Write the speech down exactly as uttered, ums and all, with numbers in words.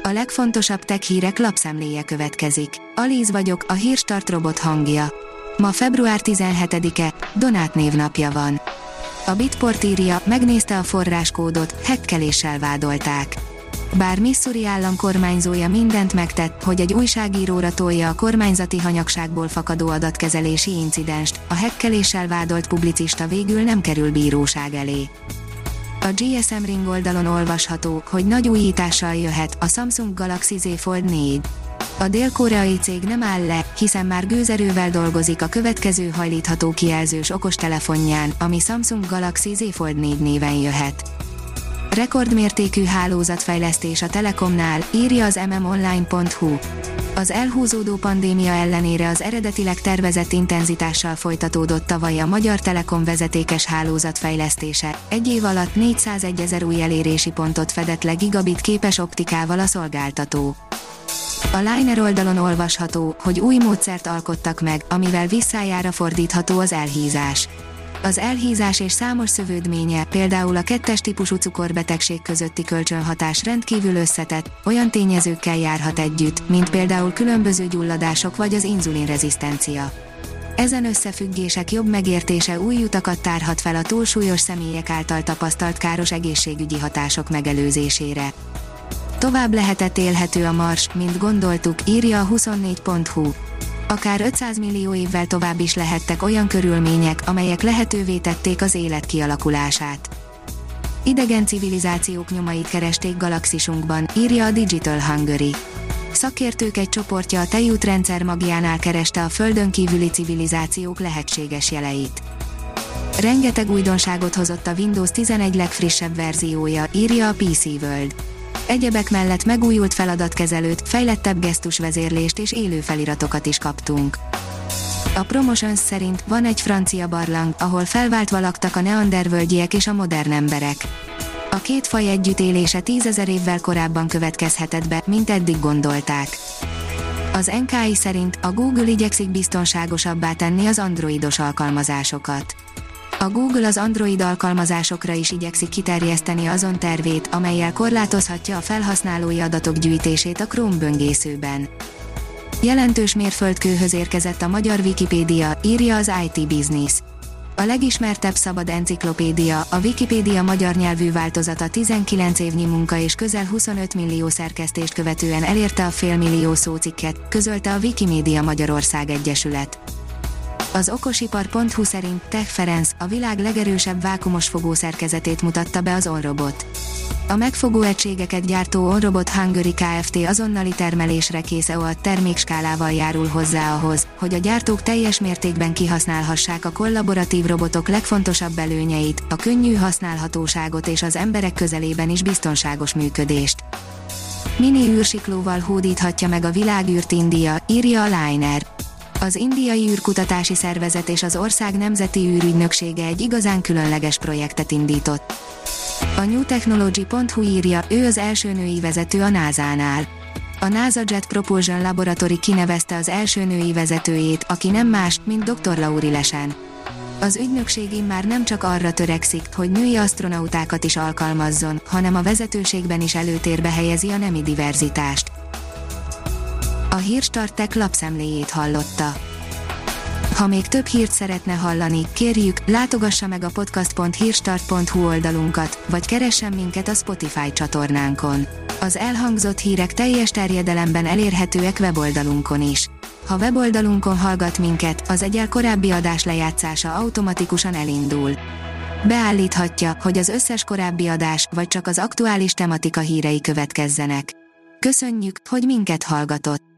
A legfontosabb tech hírek lapszemléje következik. Alíz vagyok, a Hírstart robot hangja. Ma február tizenhetedike, Donát névnapja van. A Bitport írja, megnézte a forráskódot, hekkeléssel vádolták. Bár Missouri állam kormányzója mindent megtett, hogy egy újságíróra tolja a kormányzati hanyagságból fakadó adatkezelési incidenst, a hekkeléssel vádolt publicista végül nem kerül bíróság elé. A gé es em Ring oldalon olvasható, hogy nagy újítással jöhet a Samsung Galaxy Z Fold négy. A dél-koreai cég nem áll le, hiszen már gőzerővel dolgozik a következő hajlítható kijelzős okostelefonján, ami Samsung Galaxy Z Fold négy néven jöhet. Rekordmértékű hálózatfejlesztés a Telekomnál, írja az em em online pont hu. Az elhúzódó pandémia ellenére az eredetileg tervezett intenzitással folytatódott tavaly a Magyar Telekom vezetékes hálózatfejlesztése, egy év alatt négyszázegyezer új elérési pontot fedett le gigabit képes optikával a szolgáltató. A Liner oldalon olvasható, hogy új módszert alkottak meg, amivel visszájára fordítható az elhízás. Az elhízás és számos szövődménye, például a kettes típusú cukorbetegség közötti kölcsönhatás rendkívül összetett, olyan tényezőkkel járhat együtt, mint például különböző gyulladások vagy az inzulinrezisztencia. Ezen összefüggések jobb megértése új utakat tárhat fel a túlsúlyos személyek által tapasztalt káros egészségügyi hatások megelőzésére. Tovább lehetett élhető a Mars, mint gondoltuk, írja a huszonnégy pont hu. Akár ötszáz millió évvel tovább is lehettek olyan körülmények, amelyek lehetővé tették az élet kialakulását. Idegen civilizációk nyomait keresték galaxisunkban, írja a Digital Hungary. Szakértők egy csoportja a tejútrendszer magjánál kereste a földön kívüli civilizációk lehetséges jeleit. Rengeteg újdonságot hozott a Windows tizenegy legfrissebb verziója, írja a pé cé World. Egyebek mellett megújult feladatkezelőt, fejlettebb gesztusvezérlést és élő feliratokat is kaptunk. A Promotions szerint van egy francia barlang, ahol felváltva laktak a neandervölgyiek és a modern emberek. A két faj együttélése tízezer évvel korábban következhetett be, mint eddig gondolták. Az en ká i szerint a Google igyekszik biztonságosabbá tenni az androidos alkalmazásokat. A Google az Android alkalmazásokra is igyekszik kiterjeszteni azon tervét, amellyel korlátozhatja a felhasználói adatok gyűjtését a Chrome böngészőben. Jelentős mérföldkőhöz érkezett a magyar Wikipédia, írja az i té Business. A legismertebb szabad enciklopédia, a Wikipédia magyar nyelvű változata tizenkilenc évnyi munka és közel huszonöt millió szerkesztést követően elérte a félmillió szócikket, közölte a Wikimedia Magyarország Egyesület. Az okosipar pont hu szerint Tech Ferenc a világ legerősebb vákumos fogószerkezetét mutatta be az OnRobot. A megfogó egységeket gyártó OnRobot Hungary Kft. Azonnali termelésre kész é o á termékskálával járul hozzá ahhoz, hogy a gyártók teljes mértékben kihasználhassák a kollaboratív robotok legfontosabb előnyeit, a könnyű használhatóságot és az emberek közelében is biztonságos működést. Mini űrsiklóval hódíthatja meg a világűrt India, írja a Liner. Az indiai űrkutatási szervezet és az ország nemzeti űrügynöksége egy igazán különleges projektet indított. A new technology pont hu írja, ő az első női vezető a názánál. A NASA Jet Propulsion Laboratory kinevezte az első női vezetőjét, aki nem más, mint doktor Lauri Lesen. Az ügynökség immár nem csak arra törekszik, hogy női asztronautákat is alkalmazzon, hanem a vezetőségben is előtérbe helyezi a nemi diverzitást. A Hírstart Tech lapszemléjét hallotta. Ha még több hírt szeretne hallani, kérjük, látogassa meg a podcast pont hírstart pont hu oldalunkat, vagy keressen minket a Spotify csatornánkon. Az elhangzott hírek teljes terjedelemben elérhetőek weboldalunkon is. Ha weboldalunkon hallgat minket, az egyel korábbi adás lejátszása automatikusan elindul. Beállíthatja, hogy az összes korábbi adás, vagy csak az aktuális tematika hírei következzenek. Köszönjük, hogy minket hallgatott!